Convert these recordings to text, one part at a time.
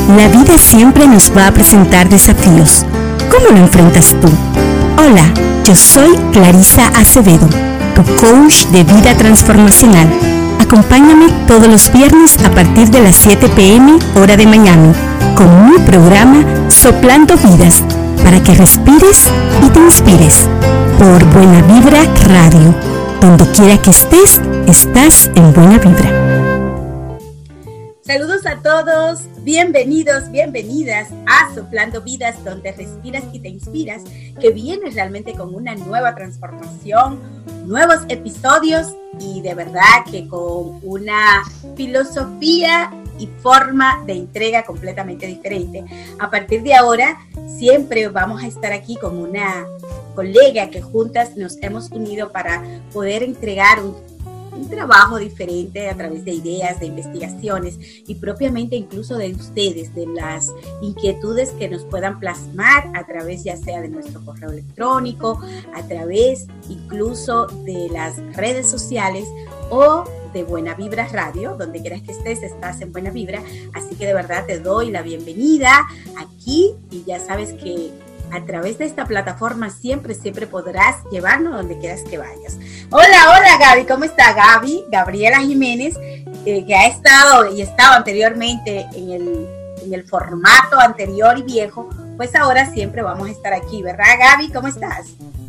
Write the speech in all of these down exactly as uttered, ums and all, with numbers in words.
La vida siempre nos va a presentar desafíos. ¿Cómo lo enfrentas tú? Hola, yo soy Clarisa Acevedo, tu coach de vida transformacional. Acompáñame todos los viernes a partir de las siete pe eme hora de Miami con mi programa Soplando Vidas para que respires y te inspires por Buena Vibra Radio. Donde quiera que estés, estás en Buena Vibra. Saludos a todos, bienvenidos, bienvenidas a Soplando Vidas, donde respiras y te inspiras, que viene realmente con una nueva transformación, nuevos episodios y de verdad que con una filosofía y forma de entrega completamente diferente. A partir de ahora, siempre vamos a estar aquí con una colega que juntas nos hemos unido para poder entregar un un trabajo diferente a través de ideas, de investigaciones y propiamente incluso de ustedes, de las inquietudes que nos puedan plasmar a través ya sea de nuestro correo electrónico, a través incluso de las redes sociales o de Buena Vibra Radio, donde quieras que estés, estás en Buena Vibra, así que de verdad te doy la bienvenida aquí y ya sabes que a través de esta plataforma siempre, siempre podrás llevarnos donde quieras que vayas. Hola, hola Gaby, ¿cómo está Gaby? Gabriela Jiménez, eh, que ha estado y estaba anteriormente en el, en el formato anterior y viejo, pues ahora siempre vamos a estar aquí, ¿verdad Gaby? ¿Cómo estás?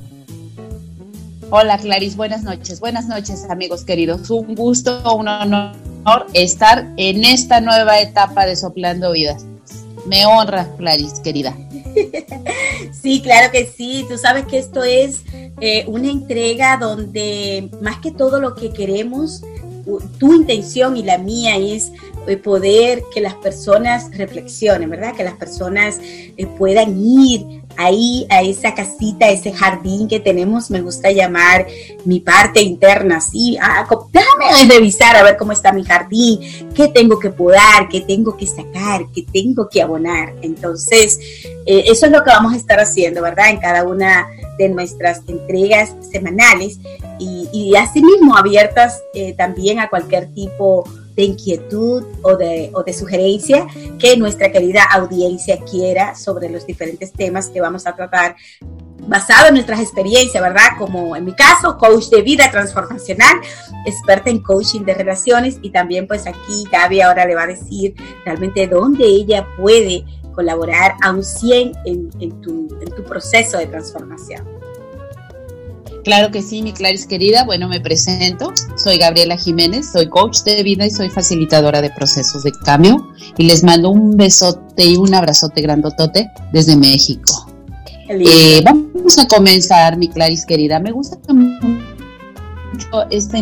Hola Clarice, buenas noches, buenas noches amigos queridos, un gusto, un honor estar en esta nueva etapa de Soplando Vidas. Me honra, Clarice, querida. Sí, claro que sí. Tú sabes que esto es eh, una entrega donde más que todo lo que queremos, tu intención y la mía es eh, poder que las personas reflexionen, ¿verdad? Que las personas eh, puedan ir ahí a esa casita, a ese jardín que tenemos, me gusta llamar mi parte interna, ¿sí? Ah, déjame revisar a ver cómo está mi jardín, qué tengo que podar, qué tengo que sacar, qué tengo que abonar. Entonces, eh, eso es lo que vamos a estar haciendo, ¿verdad? En cada una de nuestras entregas semanales y, y asimismo abiertas eh, también a cualquier tipo de inquietud o de, o de sugerencia que nuestra querida audiencia quiera sobre los diferentes temas que vamos a tratar basado en nuestras experiencias, ¿verdad? Como en mi caso, coach de vida transformacional, experta en coaching de relaciones y también pues aquí Gaby ahora le va a decir realmente dónde ella puede colaborar a un cien en, en, tu, en tu proceso de transformación. Claro que sí, mi Clarice querida. Bueno, me presento. Soy Gabriela Jiménez, soy coach de vida y soy facilitadora de procesos de cambio. Y les mando un besote y un abrazote grandotote desde México. Eh, vamos a comenzar, mi Clarice querida. Me gusta mucho este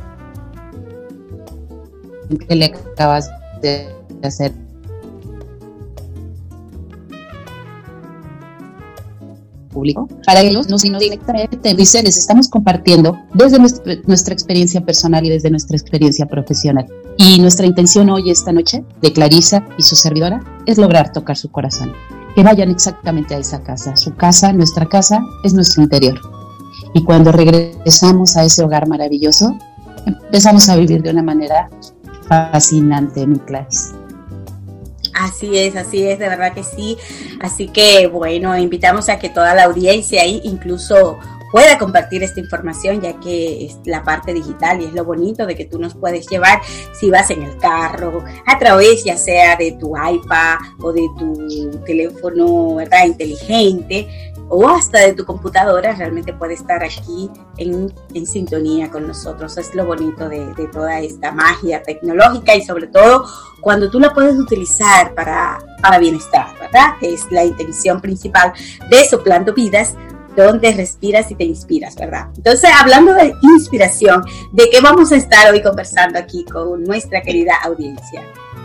que le acabas de hacer. Público. Para ellos, nos directamente dicen, les estamos compartiendo desde nuestra, nuestra experiencia personal y desde nuestra experiencia profesional. Y nuestra intención hoy, esta noche, de Clarisa y su servidora, es lograr tocar su corazón. Que vayan exactamente a esa casa. Su casa, nuestra casa, es nuestro interior. Y cuando regresamos a ese hogar maravilloso, empezamos a vivir de una manera fascinante, mi Clarisa. Así es, así es, de verdad que sí. Así que, bueno, invitamos a que toda la audiencia ahí incluso pueda compartir esta información, ya que es la parte digital y es lo bonito de que tú nos puedes llevar si vas en el carro, a través ya sea de tu iPad o de tu teléfono, ¿verdad?, inteligente, o hasta de tu computadora, realmente puede estar aquí en, en sintonía con nosotros. Es lo bonito de, de toda esta magia tecnológica y sobre todo cuando tú la puedes utilizar para, para bienestar, ¿verdad? Es la intención principal de Soplando Vidas, donde respiras y te inspiras, ¿verdad? Entonces, hablando de inspiración, ¿de qué vamos a estar hoy conversando aquí con nuestra querida audiencia?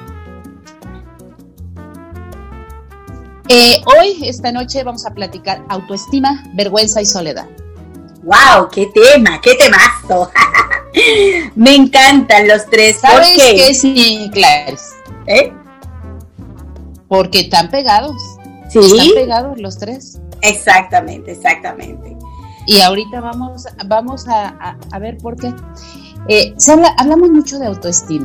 Eh, hoy, esta noche, vamos a platicar autoestima, vergüenza y soledad. ¡Wow! ¡Qué tema! ¡Qué temazo! Me encantan los tres. ¿Sabes qué? Sí, claro. ¿Eh? Porque están pegados. Sí. Están pegados los tres. Exactamente, exactamente. Y ahorita vamos, vamos a, a, a ver por qué. Eh, se habla, hablamos mucho de autoestima.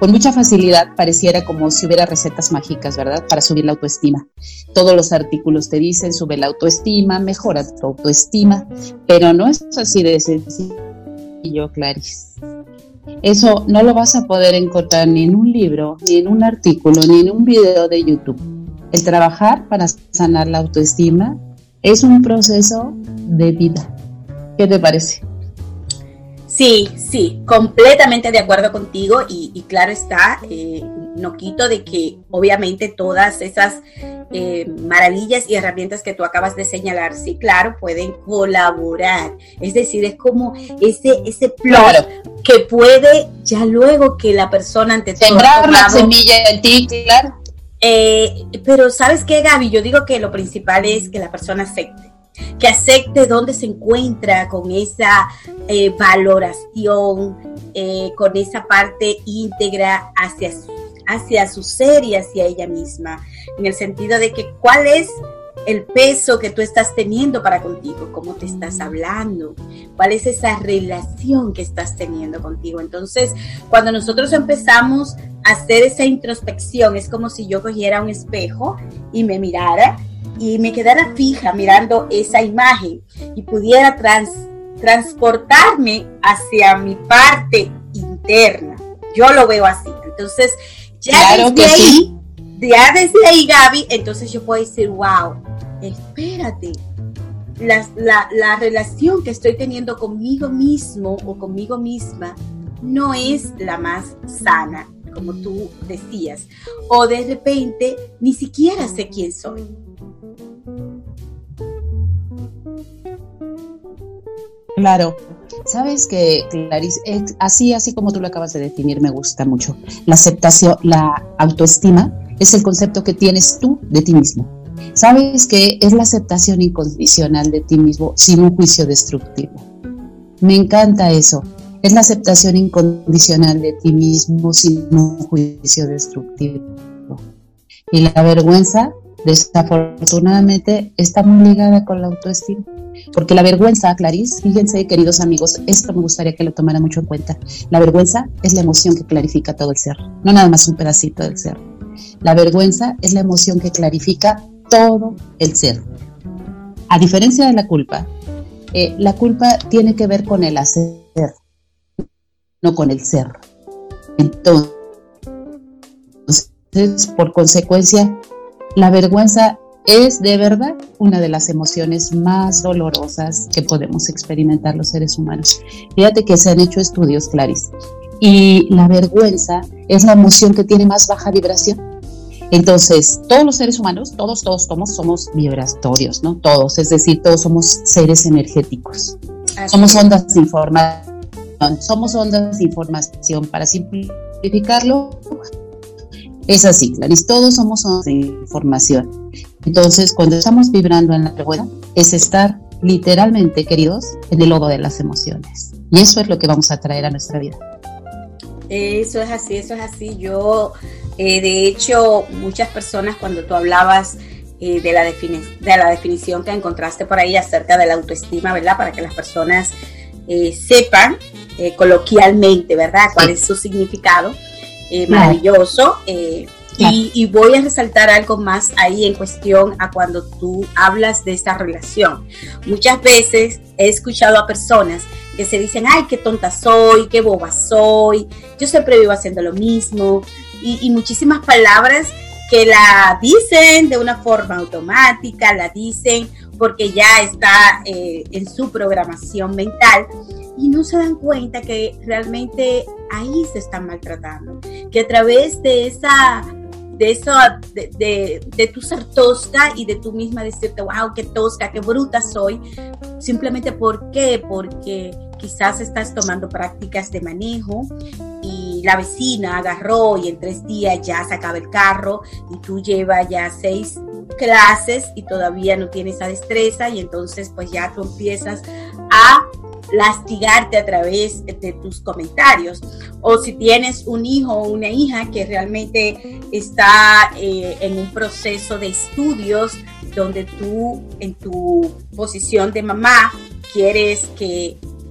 con mucha facilidad pareciera como si hubiera recetas mágicas, ¿verdad? Para subir la autoestima. Todos los artículos te dicen, sube la autoestima, mejora tu autoestima, pero no es así de sencillo, Clarice. Eso no lo vas a poder encontrar ni en un libro, ni en un artículo, ni en un video de YouTube. El trabajar para sanar la autoestima es un proceso de vida. ¿Qué te parece? Sí, sí, completamente de acuerdo contigo y, y claro está, eh, no quito de que obviamente todas esas eh, maravillas y herramientas que tú acabas de señalar, sí, claro, pueden colaborar. Es decir, es como ese, ese plus claro. que puede ya luego que la persona ante todo... Sembrar la semilla en ti, claro. Eh, pero ¿sabes qué, Gaby? Yo digo que lo principal es que la persona acepte. Que acepte dónde se encuentra con esa eh, valoración, eh, con esa parte íntegra hacia su, hacia su ser y hacia ella misma, en el sentido de que cuál es el peso que tú estás teniendo para contigo, cómo te estás hablando, cuál es esa relación que estás teniendo contigo. Entonces, cuando nosotros empezamos a hacer esa introspección, es como si yo cogiera un espejo y me mirara y me quedara fija mirando esa imagen y pudiera trans, transportarme hacia mi parte interna. Yo lo veo así. Entonces, ya claro desde que ahí, sí. ya desde ahí, Gaby, entonces yo puedo decir, wow, espérate, la, la, la relación que estoy teniendo conmigo mismo o conmigo misma no es la más sana, como tú decías, o de repente ni siquiera sé quién soy. Claro, sabes que, Clarice, así, así como tú lo acabas de definir, me gusta mucho. La aceptación, la autoestima es el concepto que tienes tú de ti mismo. Sabes que es la aceptación incondicional de ti mismo sin un juicio destructivo. Me encanta eso. Es la aceptación incondicional de ti mismo sin un juicio destructivo. Y la vergüenza, desafortunadamente, está muy ligada con la autoestima. Porque la vergüenza, Clarice, fíjense, queridos amigos, esto me gustaría que lo tomaran mucho en cuenta. La vergüenza es la emoción que clarifica todo el ser, no nada más un pedacito del ser. La vergüenza es la emoción que clarifica todo el ser. A diferencia de la culpa, eh, la culpa tiene que ver con el hacer, no con el ser. Entonces, por consecuencia, la vergüenza es de verdad una de las emociones más dolorosas que podemos experimentar los seres humanos. Fíjate que se han hecho estudios, Clarice, y la vergüenza es la emoción que tiene más baja vibración. Entonces, todos los seres humanos, todos, todos somos, somos vibratorios, ¿no? Todos, es decir, todos somos seres energéticos. Así somos ondas de información, somos ondas de información. Para simplificarlo, es así, Clarice, todos somos ondas de información. Entonces, cuando estamos vibrando en la vergüenza, es estar literalmente, queridos, en el lodo de las emociones. Y eso es lo que vamos a traer a nuestra vida. Eso es así, eso es así. Yo, eh, de hecho, muchas personas cuando tú hablabas eh, de, la defini- de la definición que encontraste por ahí acerca de la autoestima, ¿verdad? Para que las personas eh, sepan eh, coloquialmente, ¿verdad? Cuál es su significado. Eh, maravilloso. Eh, Y, y voy a resaltar algo más ahí en cuestión a cuando tú hablas de esta relación. Muchas veces he escuchado a personas que se dicen, ay, qué tonta soy, qué boba soy, yo siempre vivo haciendo lo mismo, y, y muchísimas palabras que la dicen de una forma automática, la dicen porque ya está eh, en su programación mental, y no se dan cuenta que realmente ahí se están maltratando, que a través de esa... de eso, de, de, de tu ser tosca y de tú misma decirte, wow, qué tosca, qué bruta soy, simplemente ¿por qué? Porque quizás estás tomando prácticas de manejo y la vecina agarró y en tres días ya sacaba el carro y tú llevas ya seis clases y todavía no tienes esa destreza, y entonces pues ya tú empiezas a lastigarte a través de tus comentarios. O si tienes un hijo o una hija que realmente está eh, en un proceso de estudios donde tú en tu posición de mamá quieres que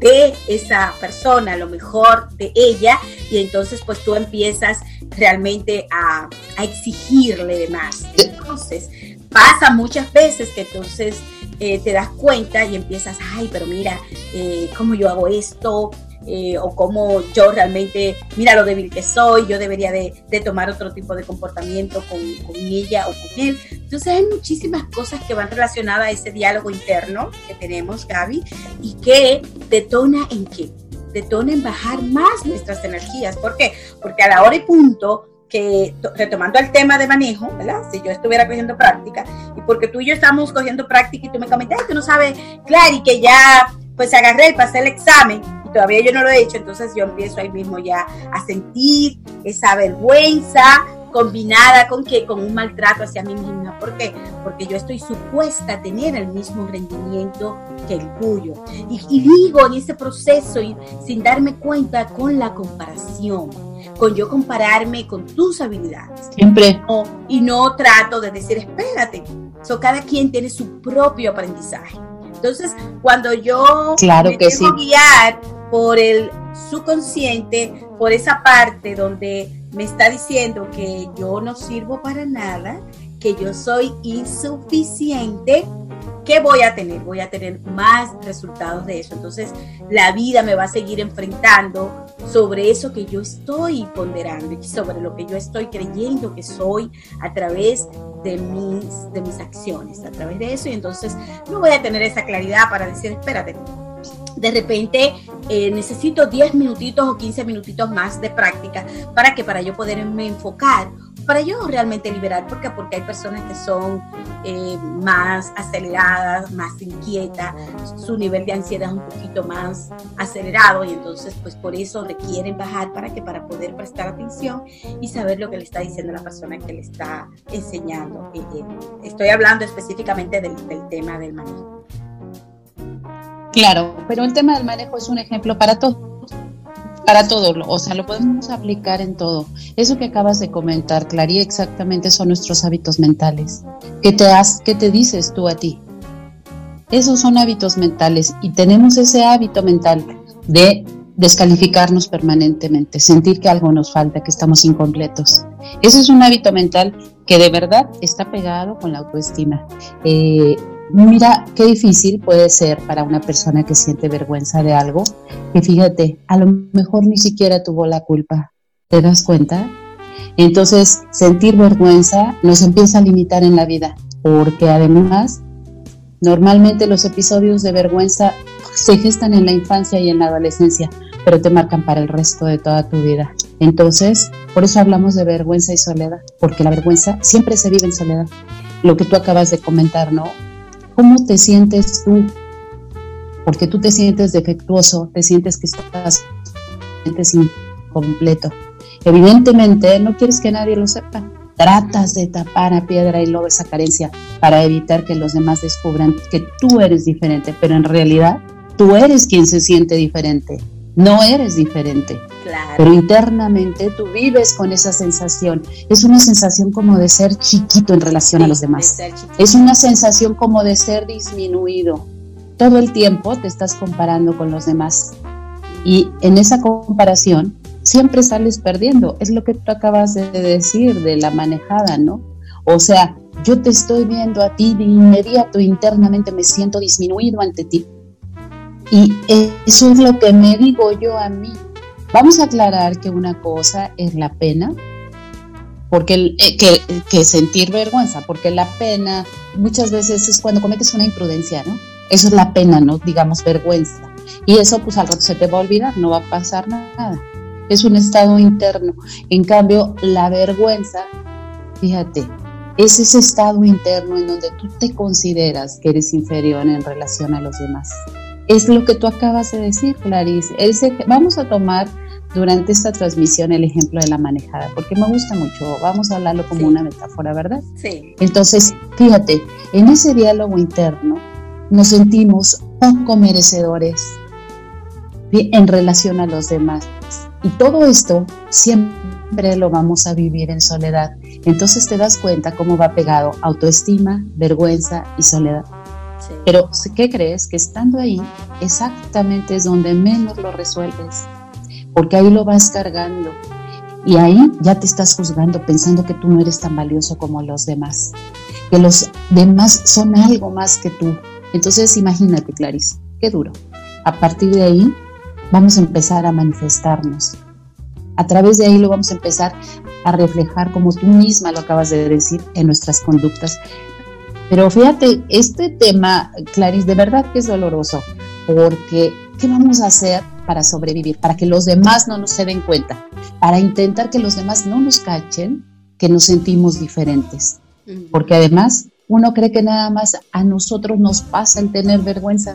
de esa persona, lo mejor de ella, y entonces pues tú empiezas realmente a, a exigirle de más. Entonces pasa muchas veces que entonces eh, te das cuenta y empiezas, ay, pero mira, eh, cómo yo hago esto, eh, o cómo yo realmente, mira lo débil que soy, yo debería de, de tomar otro tipo de comportamiento con, con ella o con él. Entonces hay muchísimas cosas que van relacionadas a ese diálogo interno que tenemos, Gaby, y que detona en qué, detona en bajar más nuestras energías. ¿Por qué? Porque a la hora y punto que, retomando el tema de manejo, ¿verdad? Si yo estuviera cogiendo práctica, y porque tú y yo estamos cogiendo práctica y tú me comentas, tú no sabes, Clary, que ya pues agarré y pasé el examen, y todavía yo no lo he hecho, entonces yo empiezo ahí mismo ya a sentir esa vergüenza combinada con que con un maltrato hacia mí misma. ¿Por qué? Porque yo estoy supuesta a tener el mismo rendimiento que el tuyo. Y, y digo en ese proceso, y sin darme cuenta, con la comparación, con yo compararme con tus habilidades. Siempre. No, y no trato de decir, espérate, so, cada quien tiene su propio aprendizaje. Entonces, cuando yo claro me que dejo sí. guiar por el subconsciente, por esa parte donde me está diciendo que yo no sirvo para nada, que yo soy insuficiente, ¿qué voy a tener? Voy a tener más resultados de eso. Entonces, la vida me va a seguir enfrentando sobre eso que yo estoy ponderando y sobre lo que yo estoy creyendo que soy a través de mis, de mis acciones, a través de eso. Y entonces no voy a tener esa claridad para decir, espérate, de repente eh, necesito diez minutitos o quince minutitos más de práctica para que para yo poderme enfocar, para yo realmente liberar. ¿Por qué? Porque hay personas que son eh, más aceleradas, más inquietas, su nivel de ansiedad es un poquito más acelerado, y entonces pues por eso requieren bajar para que para poder prestar atención y saber lo que le está diciendo la persona que le está enseñando. Eh, eh, estoy hablando específicamente del, del tema del manejo. Claro, pero el tema del manejo es un ejemplo para todo, para todo, o sea, lo podemos aplicar en todo. Eso que acabas de comentar, Clary, exactamente son nuestros hábitos mentales. ¿Qué te has, qué te dices tú a ti? Esos son hábitos mentales, y tenemos ese hábito mental de descalificarnos permanentemente, sentir que algo nos falta, que estamos incompletos. Ese es un hábito mental que de verdad está pegado con la autoestima. Eh, Mira qué difícil puede ser para una persona que siente vergüenza de algo, que fíjate, a lo mejor ni siquiera tuvo la culpa. ¿Te das cuenta? Entonces, sentir vergüenza nos empieza a limitar en la vida, porque además, normalmente los episodios de vergüenza se gestan en la infancia y en la adolescencia, pero te marcan para el resto de toda tu vida. Entonces, por eso hablamos de vergüenza y soledad, porque la vergüenza siempre se vive en soledad. Lo que tú acabas de comentar, ¿no? ¿Cómo te sientes tú? Porque tú te sientes defectuoso, te sientes que estás, te sientes incompleto. Evidentemente no quieres que nadie lo sepa. Tratas de tapar a piedra y lodo esa carencia para evitar que los demás descubran que tú eres diferente, pero en realidad tú eres quien se siente diferente. No eres diferente, claro. Pero internamente tú vives con esa sensación. Es una sensación como de ser chiquito en relación sí, a los demás. De es una sensación como de ser disminuido. Todo el tiempo te estás comparando con los demás. Y en esa comparación siempre sales perdiendo. Es lo que tú acabas de decir de la manejada, ¿no? O sea, yo te estoy viendo a ti de inmediato, internamente me siento disminuido ante ti. Y eso es lo que me digo yo a mí. Vamos a aclarar que una cosa es la pena, porque el, eh, que, que sentir vergüenza, porque la pena muchas veces es cuando cometes una imprudencia, ¿no? Eso es la pena, ¿no? Digamos vergüenza. Y eso pues al rato se te va a olvidar, no va a pasar nada. Es un estado interno. En cambio, la vergüenza, fíjate, es ese estado interno en donde tú te consideras que eres inferior en relación a los demás. Es lo que tú acabas de decir, Clarice. Ese, vamos a tomar durante esta transmisión el ejemplo de la manejada, porque me gusta mucho. Vamos a hablarlo como sí. una metáfora, ¿verdad? Sí. Entonces, fíjate, en ese diálogo interno nos sentimos poco merecedores en relación a los demás. Y todo esto siempre lo vamos a vivir en soledad. Entonces te das cuenta cómo va pegado autoestima, vergüenza y soledad. Sí. Sí. Pero ¿qué crees? Que estando ahí exactamente es donde menos lo resuelves, porque ahí lo vas cargando y ahí ya te estás juzgando pensando que tú no eres tan valioso como los demás, que los demás son algo más que tú. Entonces imagínate, Clarice, qué duro. A partir de ahí vamos a empezar a manifestarnos. A través de ahí lo vamos a empezar a reflejar, como tú misma lo acabas de decir, en nuestras conductas. Pero fíjate, este tema, Clarice, de verdad que es doloroso, porque ¿qué vamos a hacer para sobrevivir? Para que los demás no nos se den cuenta, para intentar que los demás no nos cachen, que nos sentimos diferentes. Porque además uno cree que nada más a nosotros nos pasa el tener vergüenza,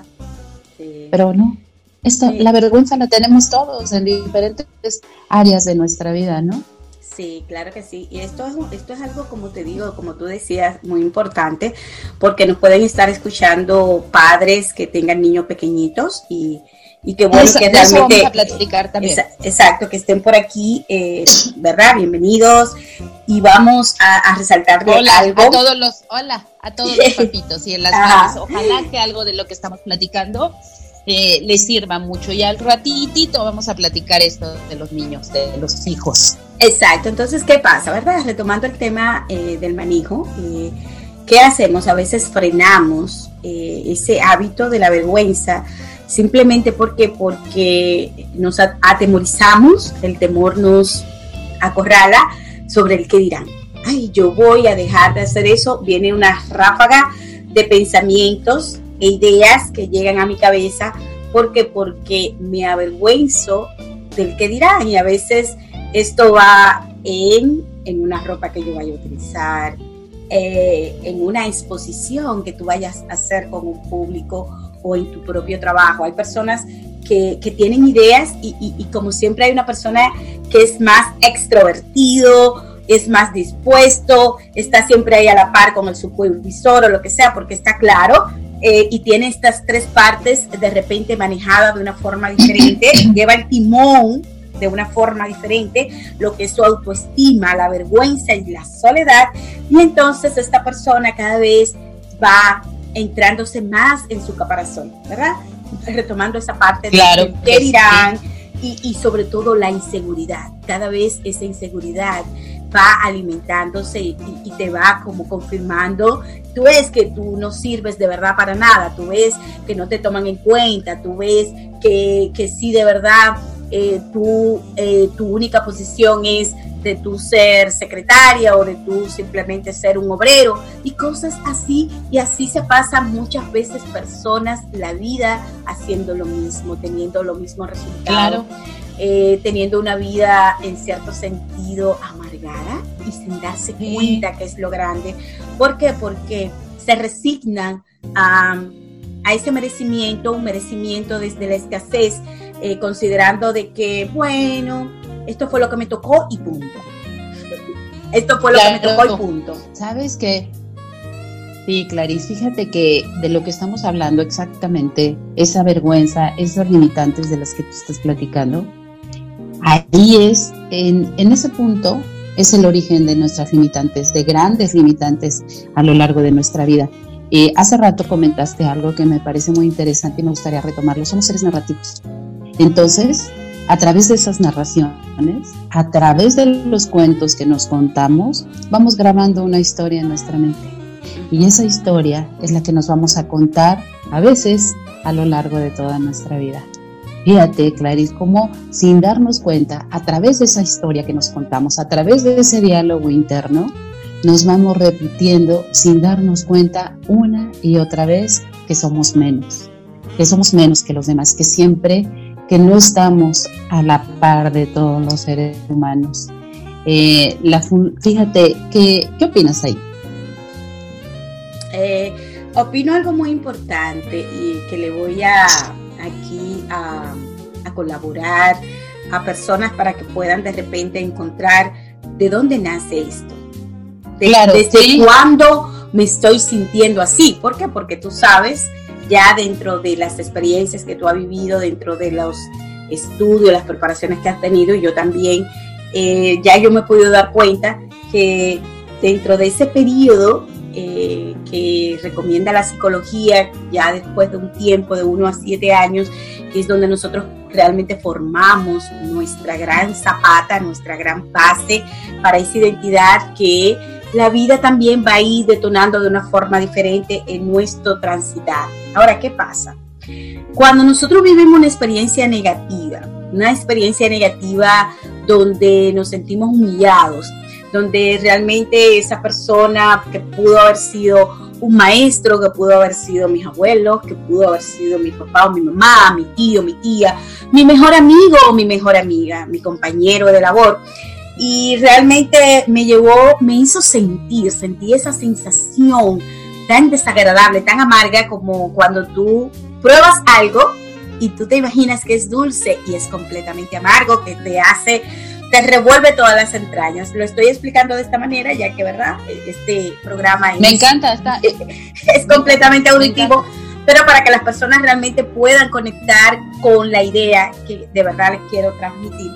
sí. Pero no. Esta, sí. La vergüenza la tenemos todos en diferentes áreas de nuestra vida, ¿no? Sí, claro que sí. Y esto es, esto es algo, como te digo, como tú decías, muy importante, porque nos pueden estar escuchando padres que tengan niños pequeñitos y, y que bueno, eso, que realmente... Eso vamos a platicar también. Exa, exacto, que estén por aquí, eh, ¿verdad? Bienvenidos. Y vamos a, a resaltarle hola, algo. A todos los, hola, a todos los papitos y en las manos. Ojalá que algo de lo que estamos platicando Eh, les sirva mucho, y al ratitito vamos a platicar esto de los niños, de los hijos. Exacto, entonces, ¿qué pasa, verdad? Retomando el tema eh, del manejo, eh, ¿qué hacemos? A veces frenamos eh, ese hábito de la vergüenza, simplemente porque, porque nos atemorizamos, el temor nos acorrala sobre el qué dirán. Ay, yo voy a dejar de hacer eso, viene una ráfaga de pensamientos e ideas que llegan a mi cabeza, porque porque me avergüenzo del que dirán, y a veces esto va en, en una ropa que yo vaya a utilizar, eh, en una exposición que tú vayas a hacer con un público o en tu propio trabajo. Hay personas que, que tienen ideas y, y, y como siempre hay una persona que es más extrovertido, es más dispuesto, está siempre ahí a la par con el supervisor o lo que sea, porque está claro. Eh, y tiene estas tres partes de repente manejadas de una forma diferente, lleva el timón de una forma diferente, lo que es su autoestima, la vergüenza y la soledad, y entonces esta persona cada vez va entrándose más en su caparazón, ¿verdad? Retomando esa parte claro, de qué dirán, y, y sobre todo la inseguridad, cada vez esa inseguridad va alimentándose y, y te va como confirmando. Tú ves que tú no sirves de verdad para nada, tú ves que no te toman en cuenta, tú ves que, que sí de verdad eh, tú, eh, tu única posición es de tú ser secretaria o de tú simplemente ser un obrero y cosas así, y así se pasan muchas veces personas la vida haciendo lo mismo, teniendo los mismos resultados. Claro. Eh, teniendo una vida en cierto sentido amargada y sin darse sí. cuenta que es lo grande. ¿Por qué? Porque se resignan a, a ese merecimiento, un merecimiento desde la escasez, eh, considerando de que, bueno, esto fue lo que me tocó y punto. Esto fue lo claro. que me tocó y punto. ¿Sabes qué? Sí, Clarice, fíjate que de lo que estamos hablando exactamente, esa vergüenza, esas limitantes de las que tú estás platicando, ahí es, en, en ese punto, es el origen de nuestras limitantes, de grandes limitantes a lo largo de nuestra vida. Eh, hace rato comentaste algo que me parece muy interesante y me gustaría retomarlo. Somos seres narrativos. Entonces, a través de esas narraciones, a través de los cuentos que nos contamos, vamos grabando una historia en nuestra mente. Y esa historia es la que nos vamos a contar, a veces, a lo largo de toda nuestra vida. Fíjate, Clarice, cómo sin darnos cuenta, a través de esa historia que nos contamos, a través de ese diálogo interno, nos vamos repitiendo sin darnos cuenta una y otra vez que somos menos, que somos menos que los demás, que siempre, que no estamos a la par de todos los seres humanos. Eh, la, fíjate, ¿qué, ¿qué opinas ahí? Eh, opino algo muy importante y que le voy a aquí a, a colaborar a personas para que puedan de repente encontrar de dónde nace esto, de, claro, desde sí. cuándo me estoy sintiendo así. ¿Por qué? Porque tú sabes, ya dentro de las experiencias que tú has vivido, dentro de los estudios, las preparaciones que has tenido, y yo también, eh, ya yo me he podido dar cuenta que dentro de ese periodo eh, que que recomienda la psicología ya después de un tiempo de uno a siete años, que es donde nosotros realmente formamos nuestra gran zapata, nuestra gran base para esa identidad que la vida también va a ir detonando de una forma diferente en nuestro transitar. Ahora, ¿qué pasa? Cuando nosotros vivimos una experiencia negativa, una experiencia negativa donde nos sentimos humillados, donde realmente esa persona que pudo haber sido un maestro, que pudo haber sido mis abuelos, que pudo haber sido mi papá o mi mamá, mi tío, mi tía, mi mejor amigo o mi mejor amiga, mi compañero de labor, y realmente me llevó, me hizo sentir, sentí esa sensación tan desagradable, tan amarga como cuando tú pruebas algo y tú te imaginas que es dulce y es completamente amargo, que te hace, te revuelve todas las entrañas. Lo estoy explicando de esta manera, ya que, ¿verdad? Este programa es, me encanta, está, es completamente auditivo, pero para que las personas realmente puedan conectar con la idea que de verdad les quiero transmitir.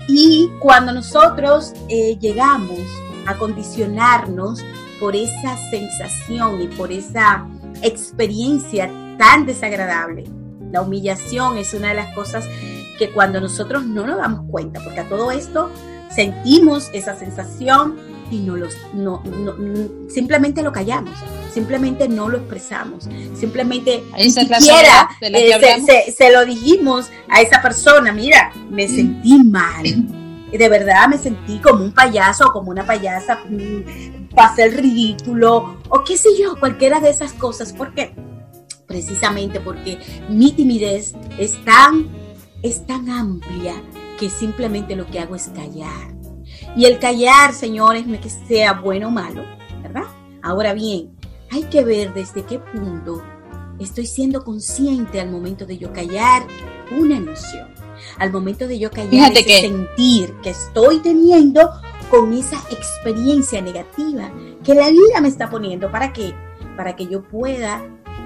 Y cuando nosotros eh, llegamos a condicionarnos por esa sensación y por esa experiencia tan desagradable, la humillación es una de las cosas que cuando nosotros no nos damos cuenta, porque a todo esto sentimos esa sensación y no los, no, no, no, simplemente lo callamos, simplemente no lo expresamos, simplemente ni siquiera eh, se, se, se lo dijimos a esa persona, mira, me mm. sentí mal, de verdad me sentí como un payaso o como una payasa, mm, pasé el ridículo, o qué sé yo, cualquiera de esas cosas. ¿Por qué? Precisamente porque mi timidez es tan, es tan amplia que simplemente lo que hago es callar. Y el callar, señores, no es que sea bueno o malo, ¿verdad? Ahora bien, hay que ver desde qué punto estoy siendo consciente al momento de yo callar una emoción, al momento de yo callar Fíjate ese que... sentir que estoy teniendo con esa experiencia negativa que la vida me está poniendo. ¿Para qué? Para que yo pueda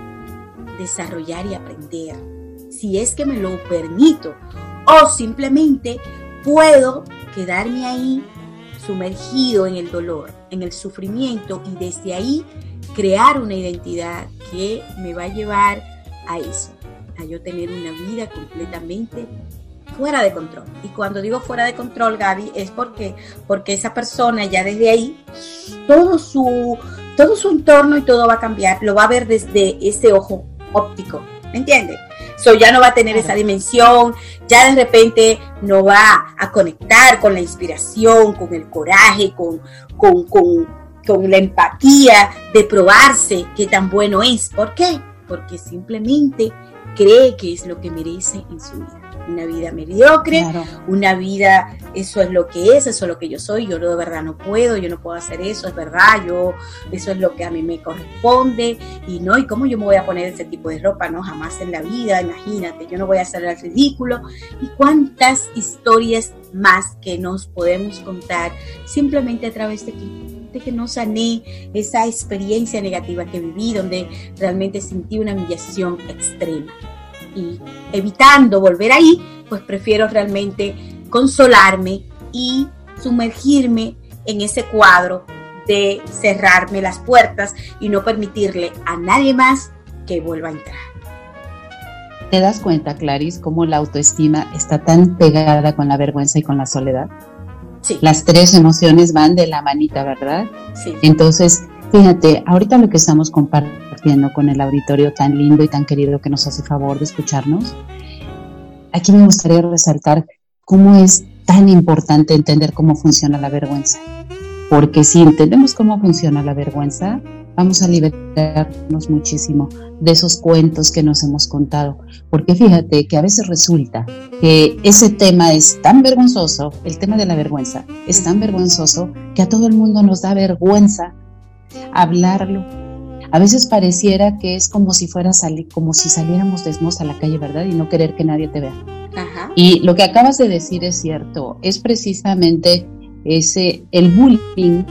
desarrollar y aprender, si es que me lo permito, o simplemente puedo quedarme ahí sumergido en el dolor, en el sufrimiento, y desde ahí crear una identidad que me va a llevar a eso, a yo tener una vida completamente fuera de control. Y cuando digo fuera de control, Gaby, es porque, porque esa persona ya desde ahí, todo su, todo su entorno y todo va a cambiar, lo va a ver desde ese ojo óptico, ¿me entiendes? So, ya no va a tener esa dimensión, ya de repente no va a conectar con la inspiración, con el coraje, con, con, con, con la empatía de probarse qué tan bueno es. ¿Por qué? Porque simplemente cree que es lo que merece en su vida. Una vida mediocre, claro. Una vida, eso es lo que es, eso es lo que yo soy, yo de verdad no puedo, yo no puedo hacer eso, es verdad, yo, eso es lo que a mí me corresponde, y no, ¿y cómo yo me voy a poner ese tipo de ropa? No, jamás en la vida, imagínate, yo no voy a hacer el ridículo. Y cuántas historias más que nos podemos contar simplemente a través de que, de que no sané esa experiencia negativa que viví, donde realmente sentí una humillación extrema. Y evitando volver ahí, pues prefiero realmente consolarme y sumergirme en ese cuadro de cerrarme las puertas y no permitirle a nadie más que vuelva a entrar. ¿Te das cuenta, Clarice, cómo la autoestima está tan pegada con la vergüenza y con la soledad? Sí. Las tres emociones van de la manita, ¿verdad? Sí. Entonces, fíjate, ahorita lo que estamos compartiendo con el auditorio tan lindo y tan querido que nos hace favor de escucharnos, aquí me gustaría resaltar cómo es tan importante entender cómo funciona la vergüenza. Porque si entendemos cómo funciona la vergüenza, vamos a liberarnos muchísimo de esos cuentos que nos hemos contado. Porque fíjate que a veces resulta que ese tema es tan vergonzoso, el tema de la vergüenza es tan vergonzoso que a todo el mundo nos da vergüenza hablarlo. A veces pareciera que es como si fuera salir, como si saliéramos desnudos a la calle, ¿verdad? Y no querer que nadie te vea. Ajá. Y lo que acabas de decir es cierto, es precisamente ese, el bullying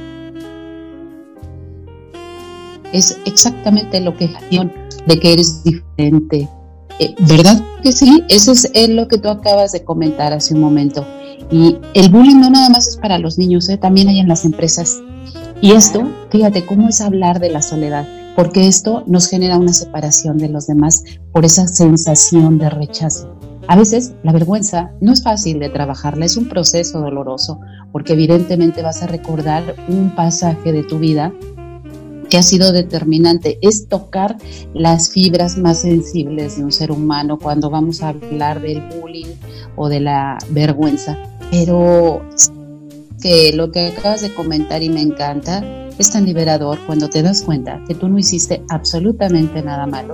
es exactamente lo que de que eres diferente, eh, ¿verdad que sí? Eso es, es lo que tú acabas de comentar hace un momento. Y el bullying no nada más es para los niños, ¿eh? También hay en las empresas. Y esto, fíjate cómo es hablar de la soledad, porque esto nos genera una separación de los demás por esa sensación de rechazo. A veces la vergüenza no es fácil de trabajarla, es un proceso doloroso, porque evidentemente vas a recordar un pasaje de tu vida que ha sido determinante. Es tocar las fibras más sensibles de un ser humano cuando vamos a hablar del bullying o de la vergüenza. Pero que lo que acabas de comentar y me encanta, es tan liberador cuando te das cuenta que tú no hiciste absolutamente nada malo,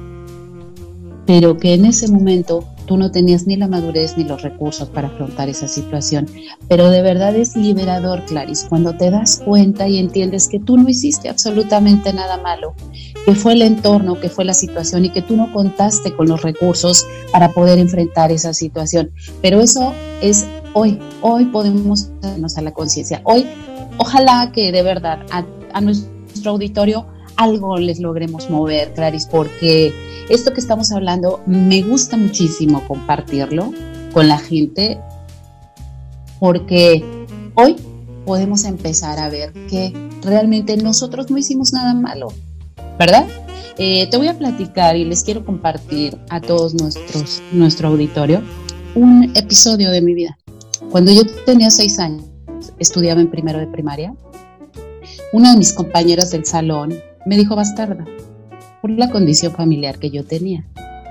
pero que en ese momento tú no tenías ni la madurez ni los recursos para afrontar esa situación. Pero de verdad es liberador, Clarice, cuando te das cuenta y entiendes que tú no hiciste absolutamente nada malo, que fue el entorno, que fue la situación y que tú no contaste con los recursos para poder enfrentar esa situación. Pero eso es hoy, hoy podemos darnos a la conciencia. Hoy, ojalá que de verdad a, a nuestro auditorio algo les logremos mover, Clarice, porque esto que estamos hablando me gusta muchísimo compartirlo con la gente, porque hoy podemos empezar a ver que realmente nosotros no hicimos nada malo, ¿verdad? Eh, te voy a platicar y les quiero compartir a todos nuestros, nuestro auditorio un episodio de mi vida. Cuando yo tenía seis años, estudiaba en primero de primaria, una de mis compañeras del salón me dijo bastarda por la condición familiar que yo tenía.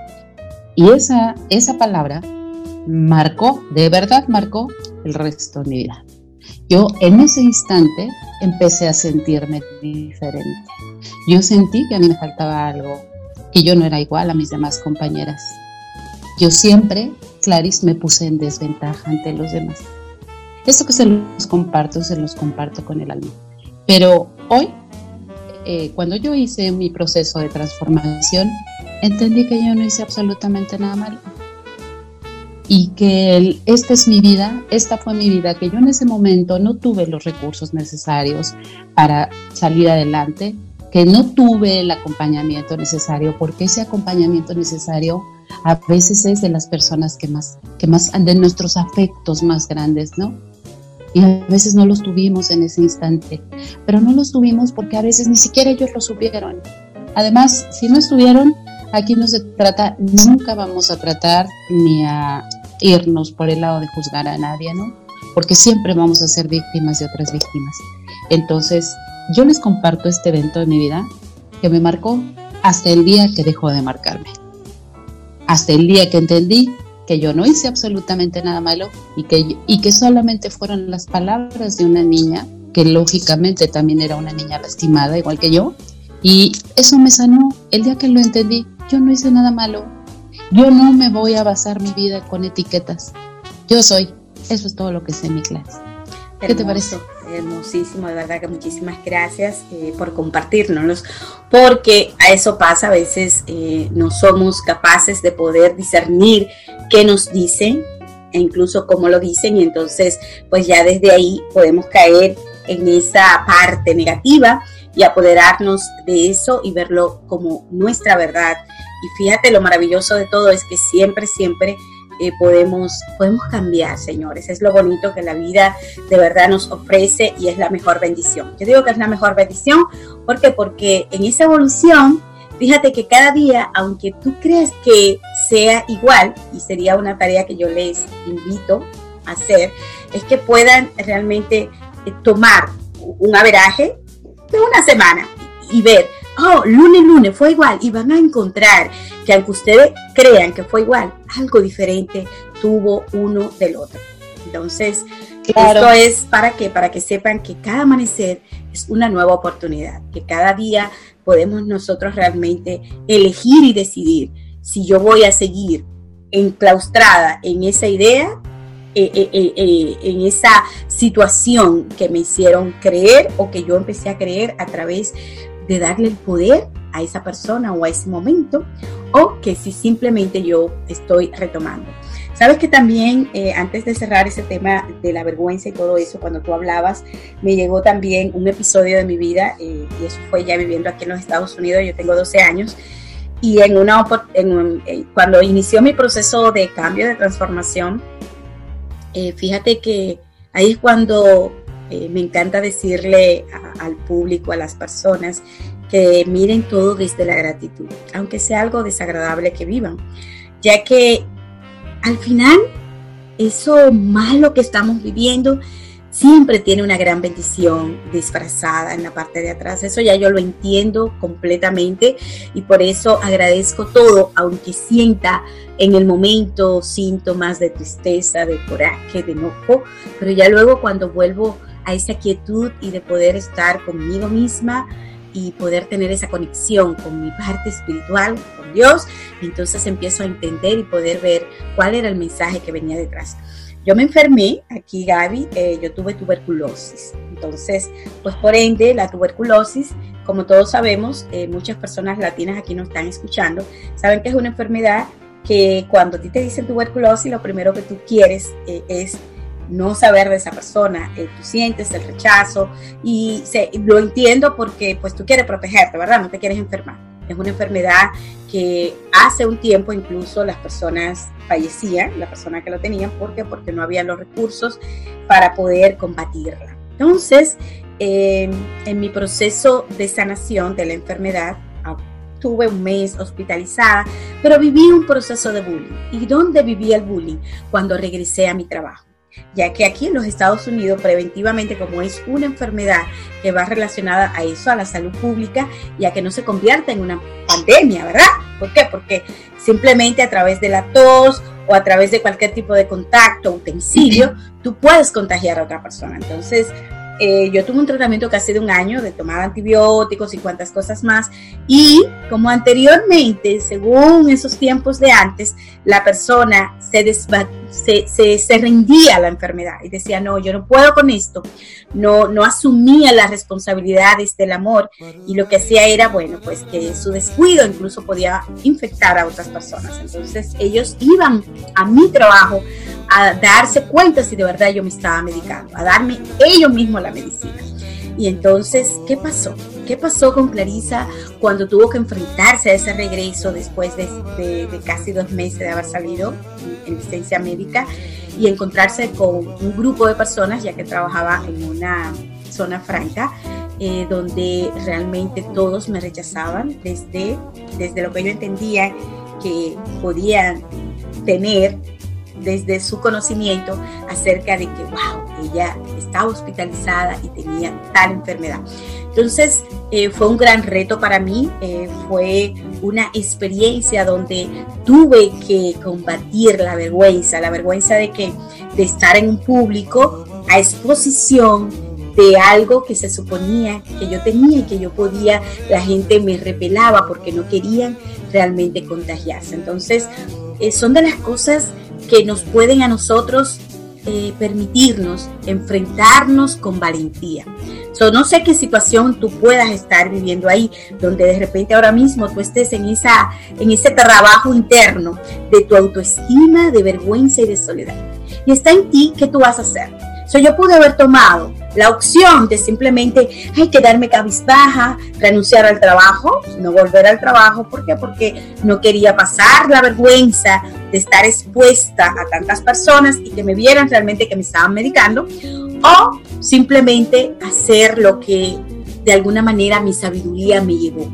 Y esa, esa palabra marcó, de verdad marcó el resto de mi vida. Yo en ese instante empecé a sentirme diferente. Yo sentí que a mí me faltaba algo, que yo no era igual a mis demás compañeras. Yo siempre, Clarice, me puse en desventaja ante los demás. Esto que se los comparto, se los comparto con el alma. Pero hoy, eh, cuando yo hice mi proceso de transformación, entendí que yo no hice absolutamente nada malo. Y que el, esta es mi vida, esta fue mi vida, que yo en ese momento no tuve los recursos necesarios para salir adelante, que no tuve el acompañamiento necesario, porque ese acompañamiento necesario a veces es de las personas que más, que más, de nuestros afectos más grandes, ¿no? Y a veces no los tuvimos en ese instante, pero no los tuvimos porque a veces ni siquiera ellos lo supieron. Además, si no estuvieron, aquí no se trata, nunca vamos a tratar ni a irnos por el lado de juzgar a nadie, ¿no? Porque siempre vamos a ser víctimas de otras víctimas. Entonces, yo les comparto este evento de mi vida que me marcó hasta el día que dejó de marcarme. Hasta el día que entendí que yo no hice absolutamente nada malo y que, y que solamente fueron las palabras de una niña, que lógicamente también era una niña lastimada, igual que yo, y eso me sanó. El día que lo entendí, yo no hice nada malo, yo no me voy a basar mi vida con etiquetas, yo soy, eso es todo lo que sé, mi clase. ¿Qué Hermoso, te parece? Hermosísimo, de verdad que muchísimas gracias eh, por compartirnos, porque a eso pasa, a veces eh, no somos capaces de poder discernir qué nos dicen e incluso cómo lo dicen, y entonces pues ya desde ahí podemos caer en esa parte negativa y apoderarnos de eso y verlo como nuestra verdad. Y fíjate, lo maravilloso de todo es que siempre, siempre Eh, podemos, podemos cambiar, señores. Es lo bonito que la vida de verdad nos ofrece y es la mejor bendición. Yo digo que es la mejor bendición, ¿por qué? Porque en esa evolución, fíjate que cada día, aunque tú creas que sea igual, y sería una tarea que yo les invito a hacer, es que puedan realmente eh, tomar un averaje de una semana y ver, oh, lunes, lunes fue igual, y van a encontrar que aunque ustedes crean que fue igual, algo diferente tuvo uno del otro. Entonces, claro, esto es para que, para que sepan que cada amanecer es una nueva oportunidad, que cada día podemos nosotros realmente elegir y decidir si yo voy a seguir enclaustrada en esa idea, eh, eh, eh, eh, en esa situación que me hicieron creer o que yo empecé a creer a través de darle el poder a esa persona o a ese momento, o que si simplemente yo estoy retomando. Sabes que también, eh, antes de cerrar ese tema de la vergüenza y todo eso, cuando tú hablabas, me llegó también un episodio de mi vida, eh, y eso fue ya viviendo aquí en los Estados Unidos. Yo tengo doce años, y en una, en un, eh, cuando inició mi proceso de cambio, de transformación, eh, fíjate que ahí es cuando Eh, me encanta decirle a, al público, a las personas, que miren todo desde la gratitud, aunque sea algo desagradable que vivan, ya que al final eso malo que estamos viviendo siempre tiene una gran bendición disfrazada en la parte de atrás. Eso ya yo lo entiendo completamente y por eso agradezco todo, aunque sienta en el momento síntomas de tristeza, de coraje, de enojo, pero ya luego cuando vuelvo a esa quietud y de poder estar conmigo misma y poder tener esa conexión con mi parte espiritual, con Dios, entonces empiezo a entender y poder ver cuál era el mensaje que venía detrás. Yo me enfermé, aquí Gaby, eh, yo tuve tuberculosis, entonces, pues por ende, la tuberculosis, como todos sabemos, eh, muchas personas latinas aquí nos están escuchando, saben que es una enfermedad que cuando a ti te dicen tuberculosis, lo primero que tú quieres eh, es no saber de esa persona, eh, tú sientes el rechazo y se, lo entiendo porque pues tú quieres protegerte, ¿verdad? No te quieres enfermar. Es una enfermedad que hace un tiempo incluso las personas fallecían, las personas que lo tenían, ¿por qué? Porque no había los recursos para poder combatirla. Entonces, eh, en mi proceso de sanación de la enfermedad, tuve un mes hospitalizada, pero viví un proceso de bullying. ¿Y dónde viví el bullying? Cuando regresé a mi trabajo. Ya que aquí en los Estados Unidos, preventivamente, como es una enfermedad que va relacionada a eso, a la salud pública, y a que no se convierta en una pandemia, ¿verdad? ¿Por qué? Porque simplemente a través de la tos o a través de cualquier tipo de contacto, utensilio, tú puedes contagiar a otra persona. Entonces, Eh, yo tuve un tratamiento casi de un año de tomar antibióticos y cuantas cosas más, y como anteriormente, según esos tiempos de antes, la persona se, desba- se, se, se rendía a la enfermedad y decía, no, yo no puedo con esto, no, no asumía las responsabilidades del amor, y lo que hacía era, bueno, pues que su descuido incluso podía infectar a otras personas. Entonces ellos iban a mi trabajo a darse cuenta si de verdad yo me estaba medicando, a darme ellos mismos la medicina. Y entonces, ¿qué pasó? ¿Qué pasó con Clarisa cuando tuvo que enfrentarse a ese regreso después de, de, de casi dos meses de haber salido en, en licencia médica y encontrarse con un grupo de personas, ya que trabajaba en una zona franca, eh, donde realmente todos me rechazaban desde, desde lo que yo entendía que podían tener desde su conocimiento acerca de que, wow, ella estaba hospitalizada y tenía tal enfermedad. Entonces, eh, fue un gran reto para mí, eh, fue una experiencia donde tuve que combatir la vergüenza, la vergüenza de, que, de estar en un público a exposición de algo que se suponía que yo tenía y que yo podía, la gente me repelaba porque no querían realmente contagiarse. Entonces, eh, son de las cosas que nos pueden a nosotros eh, permitirnos enfrentarnos con valentía. So, no sé qué situación tú puedas estar viviendo ahí, donde de repente ahora mismo tú estés en, esa, en ese trabajo interno de tu autoestima, de vergüenza y de soledad. Y está en ti, ¿qué tú vas a hacer? So, yo pude haber tomado la opción de simplemente ay, quedarme cabizbaja, renunciar al trabajo, no volver al trabajo. ¿Por qué? Porque no quería pasar la vergüenza de estar expuesta a tantas personas y que me vieran realmente que me estaban medicando, o simplemente hacer lo que de alguna manera mi sabiduría me llevó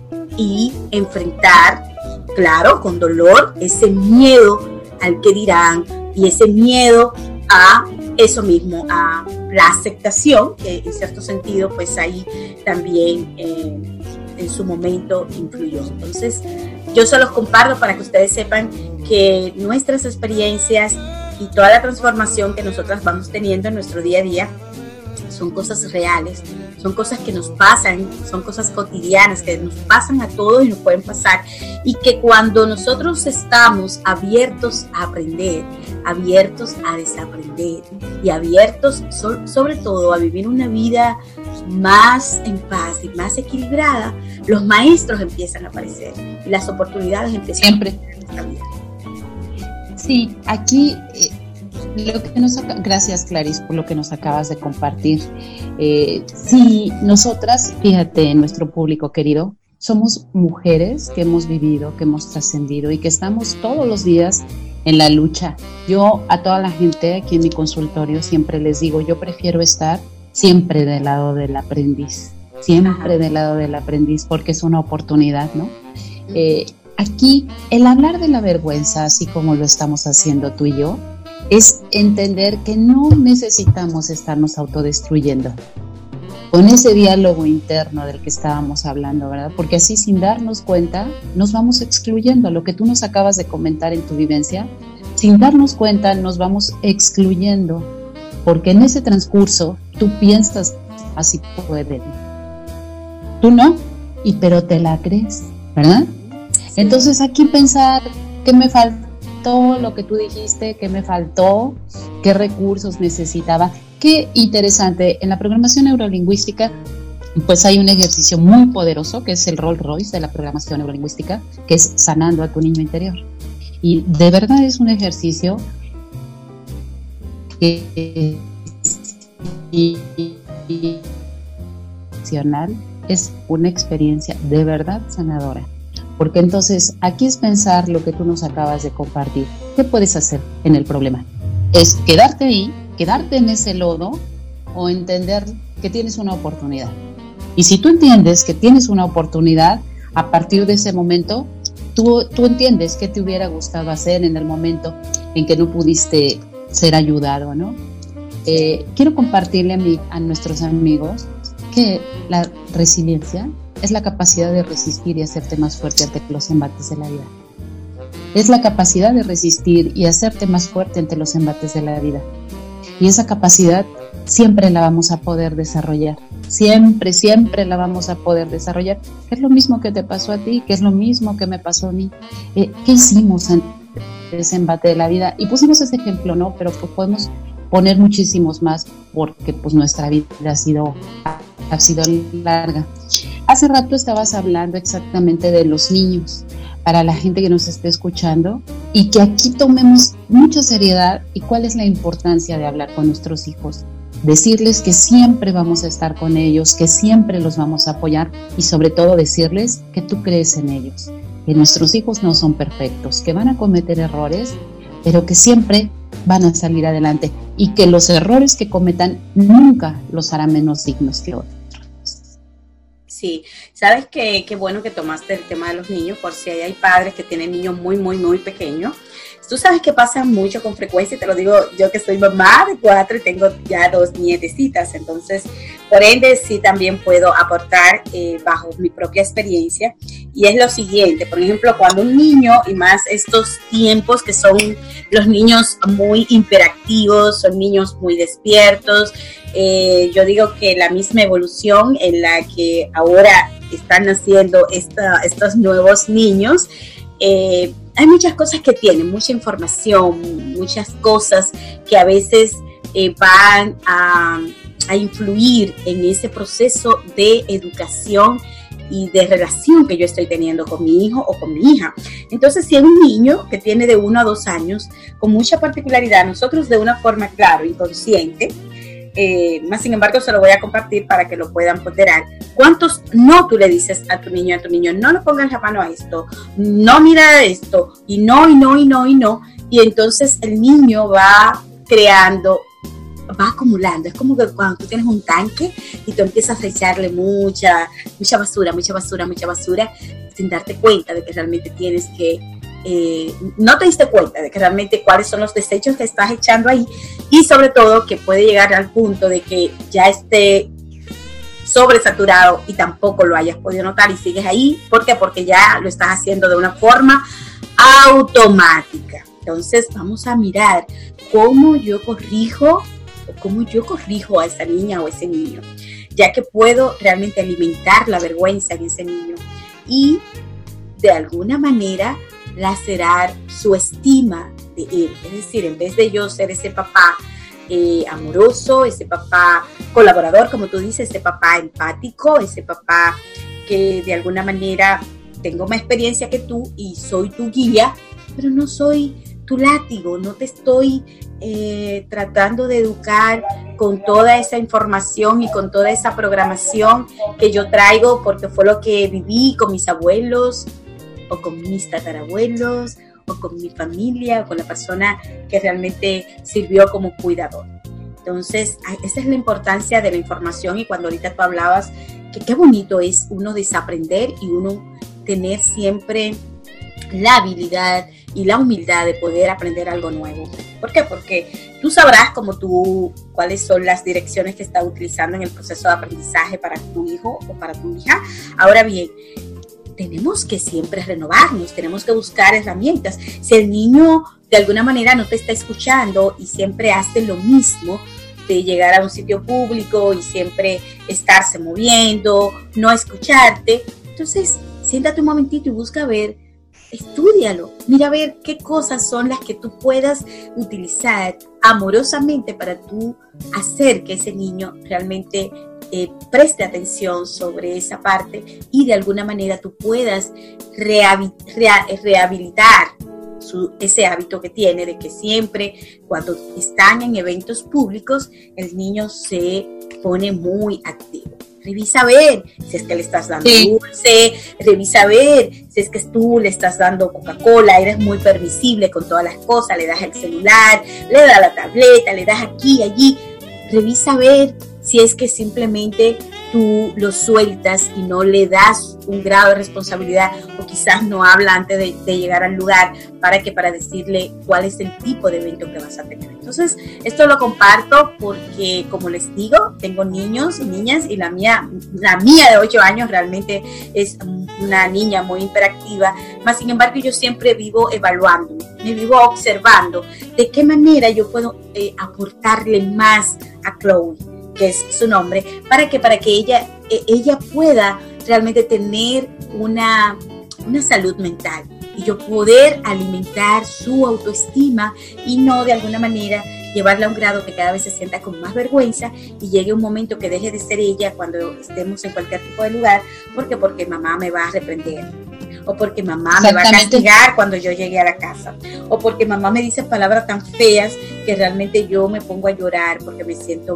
y enfrentar, claro, con dolor, ese miedo al que dirán y ese miedo a eso mismo, a la aceptación, que en cierto sentido pues ahí también eh, en su momento influyó. Entonces yo se los comparto para que ustedes sepan que nuestras experiencias y toda la transformación que nosotras vamos teniendo en nuestro día a día son cosas reales, son cosas que nos pasan, son cosas cotidianas que nos pasan a todos y nos pueden pasar, y que cuando nosotros estamos abiertos a aprender, abiertos a desaprender y abiertos so, sobre todo a vivir una vida más en paz y más equilibrada, los maestros empiezan a aparecer y las oportunidades empiezan Siempre. a aparecer en nuestra vida. Sí, aquí eh, lo que nos gracias Clarice por lo que nos acabas de compartir. Eh, sí, nosotras, fíjate, nuestro público querido, somos mujeres que hemos vivido, que hemos trascendido y que estamos todos los días en la lucha. Yo a toda la gente aquí en mi consultorio siempre les digo, yo prefiero estar siempre del lado del aprendiz, siempre del lado del aprendiz, porque es una oportunidad, ¿no? Eh, aquí, el hablar de la vergüenza, así como lo estamos haciendo tú y yo, es entender que no necesitamos estarnos autodestruyendo con ese diálogo interno del que estábamos hablando, ¿verdad? Porque así, sin darnos cuenta, nos vamos excluyendo. Lo que tú nos acabas de comentar en tu vivencia, sin darnos cuenta, nos vamos excluyendo, porque en ese transcurso tú piensas, así pueden, tú no, y pero te la crees, ¿verdad? Sí. Entonces aquí pensar qué me faltó, lo que tú dijiste, qué me faltó, qué recursos necesitaba. Qué interesante, en la programación neurolingüística pues hay un ejercicio muy poderoso que es el Rolls Royce de la programación neurolingüística, que es sanando a tu niño interior. Y de verdad es un ejercicio que es una experiencia de verdad sanadora. Porque entonces aquí es pensar lo que tú nos acabas de compartir. ¿Qué puedes hacer en el problema? Es quedarte ahí, quedarte en ese lodo, o entender que tienes una oportunidad. Y si tú entiendes que tienes una oportunidad, a partir de ese momento, tú, tú entiendes qué te hubiera gustado hacer en el momento en que no pudiste ser ayudado, ¿no? Eh, quiero compartirle a, mi, a nuestros amigos que la resiliencia es la capacidad de resistir y hacerte más fuerte ante los embates de la vida. Es la capacidad de resistir y hacerte más fuerte ante los embates de la vida. Y esa capacidad siempre la vamos a poder desarrollar. Siempre, siempre la vamos a poder desarrollar. Que es lo mismo que te pasó a ti, que es lo mismo que me pasó a mí. Eh, ¿Qué hicimos ante ese embate de la vida? Y pusimos ese ejemplo, ¿no? Pero pues podemos poner muchísimos más porque pues nuestra vida ha sido, ha sido larga. Hace rato estabas hablando exactamente de los niños, para la gente que nos esté escuchando, y que aquí tomemos mucha seriedad y cuál es la importancia de hablar con nuestros hijos. Decirles que siempre vamos a estar con ellos, que siempre los vamos a apoyar y sobre todo decirles que tú crees en ellos, que nuestros hijos no son perfectos, que van a cometer errores, pero que siempre van a salir adelante y que los errores que cometan nunca los hará menos dignos que otros. Sí, sabes que qué bueno que tomaste el tema de los niños, por si hay padres que tienen niños muy, muy, muy pequeños. Tú sabes que pasa mucho con frecuencia, te lo digo yo que soy mamá de cuatro y tengo ya dos nietecitas, entonces por ende sí también puedo aportar eh, bajo mi propia experiencia, y es lo siguiente. Por ejemplo, cuando un niño, y más estos tiempos que son los niños muy hiperactivos, son niños muy despiertos, eh, yo digo que la misma evolución en la que ahora están naciendo esta, estos nuevos niños, eh, hay muchas cosas que tienen, mucha información, muchas cosas que a veces eh, van a, a influir en ese proceso de educación y de relación que yo estoy teniendo con mi hijo o con mi hija. Entonces, si es un niño que tiene de uno a dos años, con mucha particularidad, nosotros de una forma, claro, inconsciente, eh, más sin embargo se lo voy a compartir para que lo puedan ponderar. ¿Cuántos no tú le dices a tu niño, a tu niño, no le pongas la mano a esto, no mira esto, y no, y no, y no, y no? Y entonces el niño va creando, va acumulando. Es como que cuando tú tienes un tanque y tú empiezas a echarle mucha, mucha basura, mucha basura, mucha basura, sin darte cuenta de que realmente tienes que, eh, no te diste cuenta de que realmente cuáles son los desechos que estás echando ahí, y sobre todo que puede llegar al punto de que ya esté sobresaturado y tampoco lo hayas podido notar y sigues ahí. ¿Por qué? Porque ya lo estás haciendo de una forma automática. Entonces vamos a mirar cómo yo corrijo, cómo yo corrijo a esa niña o ese niño, ya que puedo realmente alimentar la vergüenza en ese niño y de alguna manera lacerar su estima de él. Es decir, en vez de yo ser ese papá Eh, amoroso, ese papá colaborador, como tú dices, ese papá empático, ese papá que de alguna manera tengo más experiencia que tú y soy tu guía, pero no soy tu látigo, no te estoy eh, tratando de educar con toda esa información y con toda esa programación que yo traigo porque fue lo que viví con mis abuelos o con mis tatarabuelos o con mi familia o con la persona que realmente sirvió como cuidador. Entonces, esa es la importancia de la información, y cuando ahorita tú hablabas que qué bonito es uno desaprender y uno tener siempre la habilidad y la humildad de poder aprender algo nuevo. ¿Por qué? Porque tú sabrás como tú cuáles son las direcciones que estás utilizando en el proceso de aprendizaje para tu hijo o para tu hija. Ahora bien, tenemos que siempre renovarnos, tenemos que buscar herramientas. Si el niño de alguna manera no te está escuchando y siempre hace lo mismo, de llegar a un sitio público y siempre estarse moviendo, no escucharte, entonces siéntate un momentito y busca ver, estúdialo, mira a ver qué cosas son las que tú puedas utilizar amorosamente para tú hacer que ese niño realmente eh, preste atención sobre esa parte y de alguna manera tú puedas rehabil- rea- rehabilitar Su, ese hábito que tiene de que siempre cuando están en eventos públicos el niño se pone muy activo. Revisa a ver si es que le estás dando sí. dulce, revisa a ver si es que tú le estás dando Coca-Cola, eres muy permisible con todas las cosas, le das el celular, le das la tableta, le das aquí, allí. Revisa a ver si es que simplemente tú lo sueltas y no le das un grado de responsabilidad, o quizás no habla antes de, de llegar al lugar para que para decirle cuál es el tipo de evento que vas a tener. Entonces, esto lo comparto porque, como les digo, tengo niños y niñas, y la mía, la mía de ocho años realmente es una niña muy hiperactiva, más sin embargo yo siempre vivo evaluando, me vivo observando de qué manera yo puedo eh, aportarle más a Chloe, que es su nombre, para que para que ella ella pueda realmente tener una, una salud mental y yo poder alimentar su autoestima y no de alguna manera llevarla a un grado que cada vez se sienta con más vergüenza y llegue un momento que deje de ser ella cuando estemos en cualquier tipo de lugar, porque porque mamá me va a reprender, o porque mamá me va a castigar cuando yo llegue a la casa, o porque mamá me dice palabras tan feas que realmente yo me pongo a llorar porque me siento.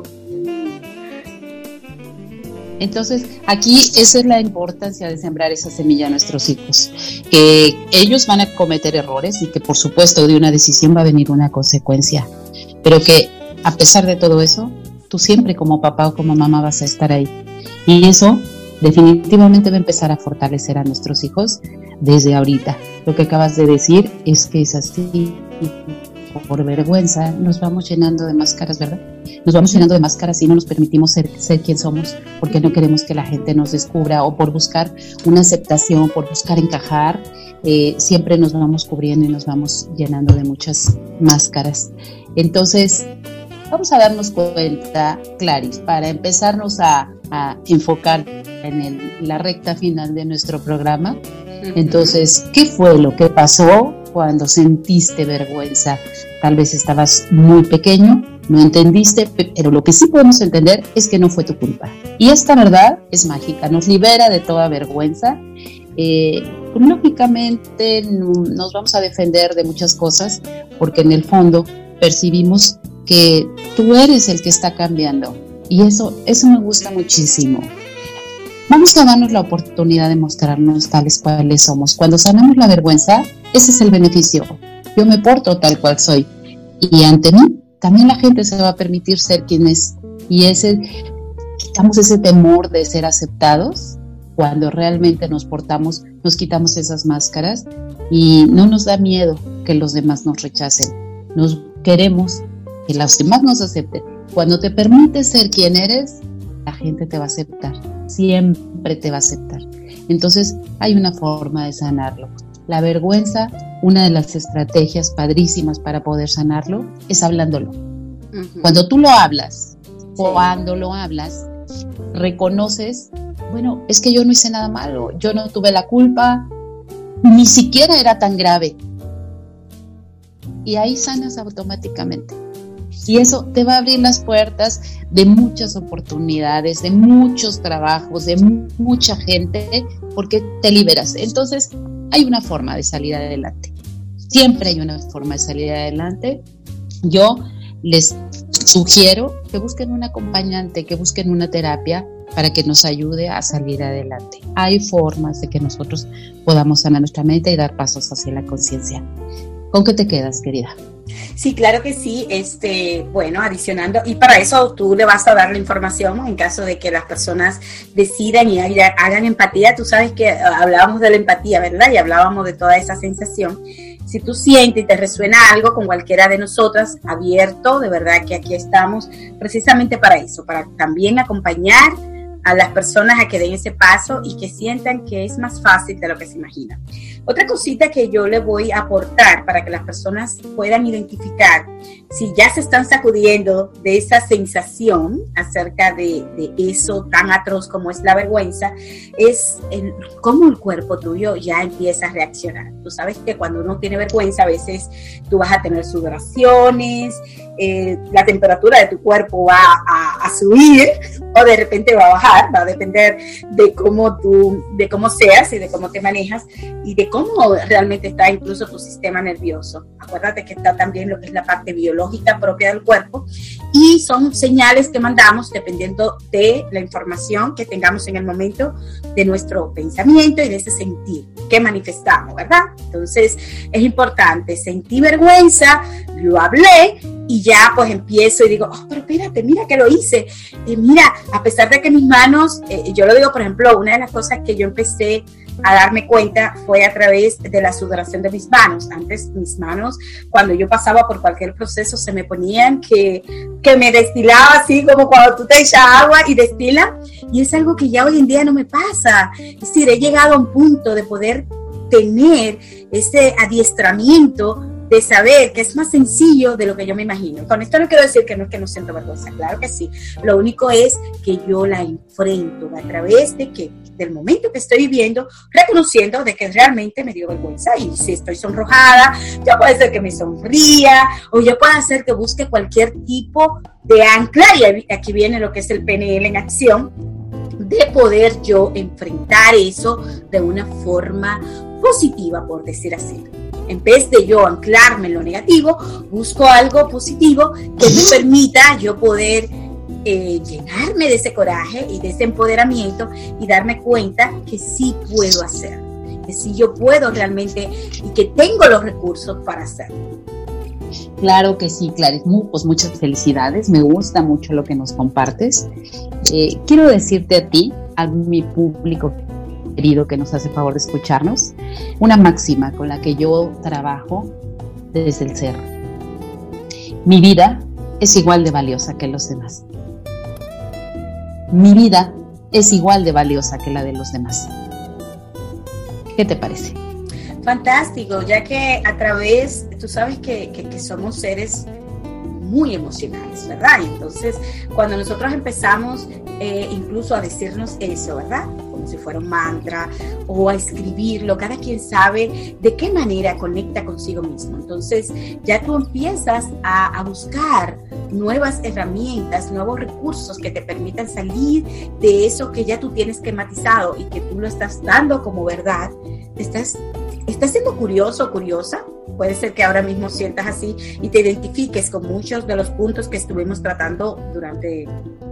Entonces, aquí esa es la importancia de sembrar esa semilla a nuestros hijos, que ellos van a cometer errores y que por supuesto de una decisión va a venir una consecuencia, pero que a pesar de todo eso, tú siempre como papá o como mamá vas a estar ahí, y eso definitivamente va a empezar a fortalecer a nuestros hijos desde ahorita. Lo que acabas de decir es que es así, por vergüenza nos vamos llenando de máscaras, ¿verdad? Nos vamos llenando de máscaras y no nos permitimos ser, ser quien somos, porque no queremos que la gente nos descubra, o por buscar una aceptación, por buscar encajar, eh, siempre nos vamos cubriendo y nos vamos llenando de muchas máscaras. Entonces, vamos a darnos cuenta, Claris, para empezarnos a, a enfocar en el, la recta final de nuestro programa. Entonces, ¿qué fue lo que pasó cuando sentiste vergüenza? Tal vez estabas muy pequeño, no entendiste, pero lo que sí podemos entender es que no fue tu culpa. Y esta verdad es mágica, nos libera de toda vergüenza. Eh, lógicamente nos vamos a defender de muchas cosas, porque en el fondo percibimos que tú eres el que está cambiando. Y eso, eso me gusta muchísimo. Vamos a darnos la oportunidad de mostrarnos tales cuales somos. Cuando sanamos la vergüenza, ese es el beneficio. Yo me porto tal cual soy. Y ante mí, también la gente se va a permitir ser quien es. Y ese, quitamos ese temor de ser aceptados. Cuando realmente nos portamos, nos quitamos esas máscaras y no nos da miedo que los demás nos rechacen. Nos queremos que los demás nos acepten. Cuando te permites ser quien eres, la gente te va a aceptar. Siempre te va a aceptar. Entonces hay una forma de sanarlo. La vergüenza, una de las estrategias padrísimas para poder sanarlo es hablándolo. Uh-huh. Cuando tú lo hablas, sí. cuando lo hablas, reconoces, bueno, es que yo no hice nada malo, yo no tuve la culpa, ni siquiera era tan grave. Y ahí sanas automáticamente. Y eso te va a abrir las puertas de muchas oportunidades, de muchos trabajos, de mu- mucha gente, porque te liberas. Entonces, hay una forma de salir adelante. Siempre hay una forma de salir adelante. Yo les sugiero que busquen un acompañante, que busquen una terapia para que nos ayude a salir adelante. Hay formas de que nosotros podamos sanar nuestra mente y dar pasos hacia la conciencia. ¿Con qué te quedas, querida? Sí, claro que sí. Este, bueno, adicionando, y para eso tú le vas a dar la información en caso de que las personas decidan y hagan empatía. Tú sabes que hablábamos de la empatía, ¿verdad? Y hablábamos de toda esa sensación. Si tú sientes y te resuena algo con cualquiera de nosotras, abierto, de verdad que aquí estamos precisamente para eso, para también acompañar a las personas a que den ese paso y que sientan que es más fácil de lo que se imagina. Otra cosita que yo le voy a aportar para que las personas puedan identificar si ya se están sacudiendo de esa sensación acerca de, de eso tan atroz como es la vergüenza, es el, cómo el cuerpo tuyo ya empieza a reaccionar. Tú sabes que cuando uno tiene vergüenza, a veces tú vas a tener sudoraciones, eh, la temperatura de tu cuerpo va a, a subir o de repente va a bajar, va a depender de cómo tú, de cómo seas y de cómo te manejas y de cómo realmente está incluso tu sistema nervioso. Acuérdate que está también lo que es la parte biológica propia del cuerpo y son señales que mandamos dependiendo de la información que tengamos en el momento de nuestro pensamiento y de ese sentir que manifestamos, ¿verdad? Entonces es importante, sentí vergüenza, lo hablé y ya pues empiezo y digo, oh, pero espérate, mira que lo hice, eh, mira, a pesar de que mis manos, eh, yo lo digo, por ejemplo, una de las cosas que yo empecé a darme cuenta fue a través de la sudoración de mis manos. Antes mis manos, cuando yo pasaba por cualquier proceso, se me ponían que, que me destilaba así como cuando tú te echas agua y destila, y es algo que ya hoy en día no me pasa. Es decir, he llegado a un punto de poder tener ese adiestramiento de saber que es más sencillo de lo que yo me imagino. Con esto no quiero decir que no es que no siento vergüenza, claro que sí. Lo único es que yo la enfrento a través de que del momento que estoy viviendo, reconociendo de que realmente me dio vergüenza y si estoy sonrojada, ya puede ser que me sonría o ya puede ser que busque cualquier tipo de ancla y aquí viene lo que es el P N L en acción, de poder yo enfrentar eso de una forma positiva, por decir así. En vez de yo anclarme en lo negativo, busco algo positivo que me permita yo poder eh, llenarme de ese coraje y de ese empoderamiento y darme cuenta que sí puedo hacer, que sí yo puedo realmente y que tengo los recursos para hacerlo. Claro que sí, Clarice, pues muchas felicidades, me gusta mucho lo que nos compartes. Eh, quiero decirte a ti, a mi público querido que nos hace favor de escucharnos, una máxima con la que yo trabajo desde el ser. Mi vida es igual de valiosa que los demás. Mi vida es igual de valiosa que la de los demás. ¿Qué te parece? Fantástico, ya que a través, tú sabes que, que, que somos seres muy emocionales, ¿verdad? Y entonces, cuando nosotros empezamos eh, incluso a decirnos eso, ¿verdad? Como si fuera un mantra, o a escribirlo, cada quien sabe de qué manera conecta consigo mismo. Entonces, ya tú empiezas a, a buscar nuevas herramientas, nuevos recursos que te permitan salir de eso que ya tú tienes esquematizado y que tú lo estás dando como verdad. Estás, estás siendo curioso o curiosa. Puede ser que ahora mismo sientas así y te identifiques con muchos de los puntos que estuvimos tratando durante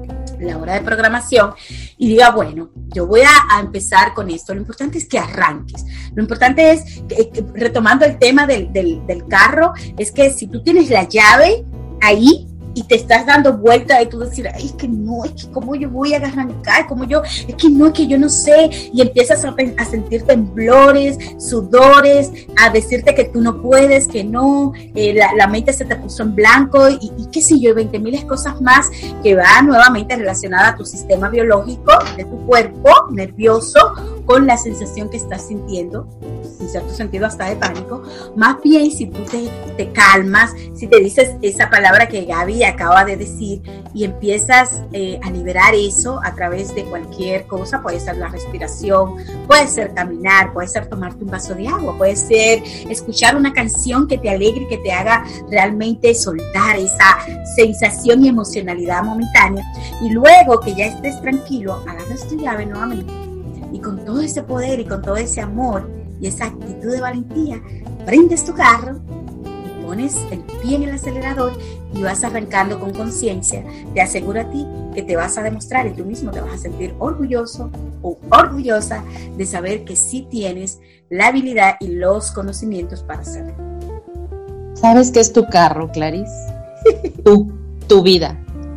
la hora de programación y diga, bueno, yo voy a, a empezar con esto. Lo importante es que arranques. Lo importante es, que, que, retomando el tema del, del, del carro, es que si tú tienes la llave ahí, y te estás dando vuelta y tú decir, ay, es que no, es que cómo yo voy a arrancar, cómo yo, es que no, es que yo no sé, y empiezas a, a sentir temblores, sudores, a decirte que tú no puedes, que no, eh, la, la mente se te puso en blanco y, y qué sé yo, veinte mil cosas más que van nuevamente relacionadas a tu sistema biológico de tu cuerpo nervioso con la sensación que estás sintiendo, en cierto sentido hasta de pánico. Más bien si tú te, te calmas, si te dices esa palabra que Gaby acaba de decir y empiezas eh, a liberar eso a través de cualquier cosa, puede ser la respiración, puede ser caminar, puede ser tomarte un vaso de agua, puede ser escuchar una canción que te alegre y que te haga realmente soltar esa sensación y emocionalidad momentánea, y luego que ya estés tranquilo, agarras tu llave nuevamente y con todo ese poder y con todo ese amor y esa actitud de valentía, prendes tu carro y pones el pie en el acelerador y vas arrancando con conciencia. Te aseguro a ti que te vas a demostrar y tú mismo te vas a sentir orgulloso o orgullosa de saber que sí tienes la habilidad y los conocimientos para hacerlo. ¿Sabes qué es tu carro, Clarice? Tú, tu vida.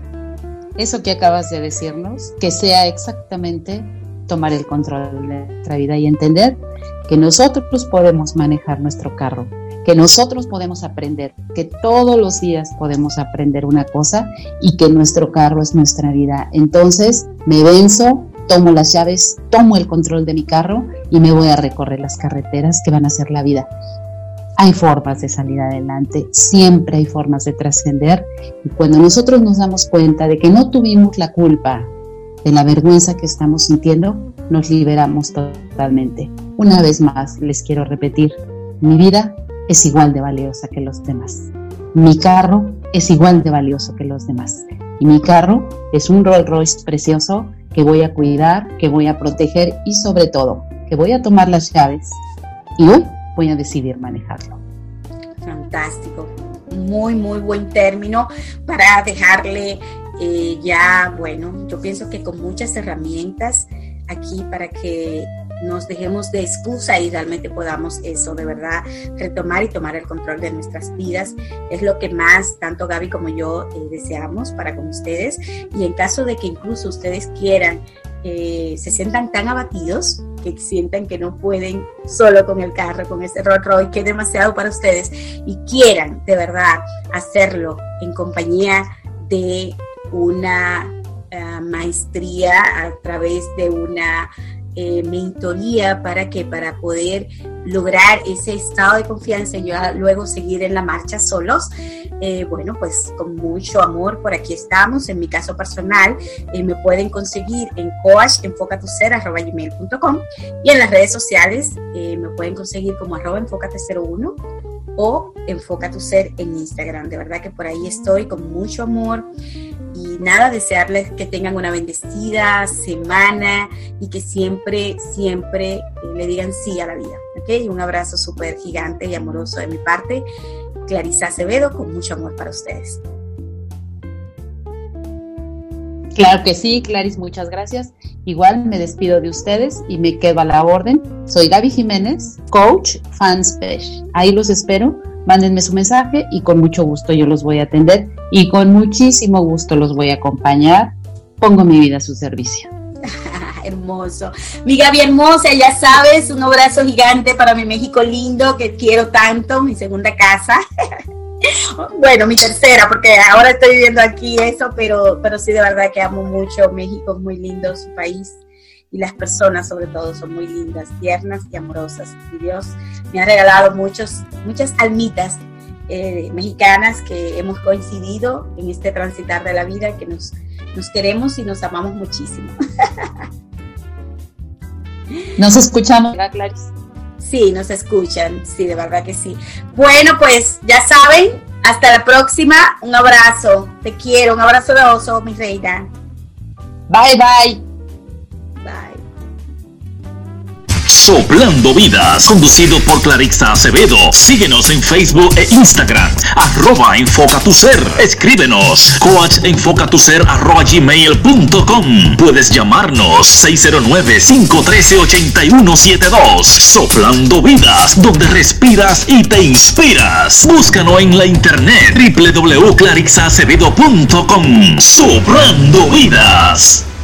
Eso que acabas de decirnos, que sea exactamente tomar el control de nuestra vida y entender que nosotros podemos manejar nuestro carro, que nosotros podemos aprender, que todos los días podemos aprender una cosa y que nuestro carro es nuestra vida. Entonces me venzo, tomo las llaves, tomo el control de mi carro y me voy a recorrer las carreteras que van a ser la vida. Hay formas de salir adelante, siempre hay formas de trascender, y cuando nosotros nos damos cuenta de que no tuvimos la culpa de la vergüenza que estamos sintiendo, nos liberamos totalmente. Una vez más les quiero repetir, mi vida es igual de valiosa que los demás. Mi carro es igual de valioso que los demás. Y mi carro es un Rolls Royce precioso que voy a cuidar, que voy a proteger y sobre todo, que voy a tomar las llaves y hoy voy a decidir manejarlo. Fantástico. Muy, muy buen término para dejarle eh, ya, bueno, yo pienso que con muchas herramientas aquí para que nos dejemos de excusa y realmente podamos eso de verdad retomar y tomar el control de nuestras vidas. Es lo que más tanto Gaby como yo eh, deseamos para con ustedes, y en caso de que incluso ustedes quieran eh, se sientan tan abatidos que sientan que no pueden solo con el carro, con ese Rolls Royce que es demasiado para ustedes, y quieran de verdad hacerlo en compañía de una uh, maestría a través de una Eh, mentoría para que para poder lograr ese estado de confianza y ya luego seguir en la marcha solos, eh, bueno, pues con mucho amor por aquí estamos. En mi caso personal eh, me pueden conseguir en coach enfócate tu ser arroba gmail punto com, y en las redes sociales eh, me pueden conseguir como arroba enfócate cero uno o Enfoca tu Ser en Instagram. De verdad que por ahí estoy con mucho amor. Y nada, desearles que tengan una bendecida semana y que siempre, siempre eh, le digan sí a la vida, ¿ok? Un abrazo súper gigante y amoroso de mi parte. Clarisa Acevedo, con mucho amor para ustedes. Claro que sí, Clarice, muchas gracias. Igual me despido de ustedes y me quedo a la orden. Soy Gaby Jiménez, coach FanSpesh. Ahí los espero. Mándenme su mensaje y con mucho gusto yo los voy a atender y con muchísimo gusto los voy a acompañar. Pongo mi vida a su servicio. Hermoso. Mi Gaby hermosa, ya sabes, un abrazo gigante para mi México lindo que quiero tanto, mi segunda casa. Bueno, mi tercera, porque ahora estoy viviendo aquí eso, pero, pero sí de verdad que amo mucho México, es muy lindo su país. Y las personas sobre todo son muy lindas, tiernas y amorosas. Y Dios me ha regalado muchos, muchas almitas eh, mexicanas que hemos coincidido en este transitar de la vida, que nos, nos queremos y nos amamos muchísimo. Nos escuchamos, ¿verdad, Clarice? Sí, nos escuchan, sí, de verdad que sí. Bueno, pues ya saben, hasta la próxima. Un abrazo, te quiero, un abrazo de oso, mi reina. Bye, bye. Soplando Vidas, conducido por Clarisa Acevedo. Síguenos en Facebook e Instagram, arroba Enfoca tu Ser. Escríbenos, coach enfoca tu ser arroba gmail punto com. Puedes llamarnos seis cero nueve, cinco uno tres, ocho uno siete dos. Soplando Vidas, donde respiras y te inspiras. Búscanos en la internet, doble u doble u doble u punto clarisa acevedo punto com. Soplando Vidas.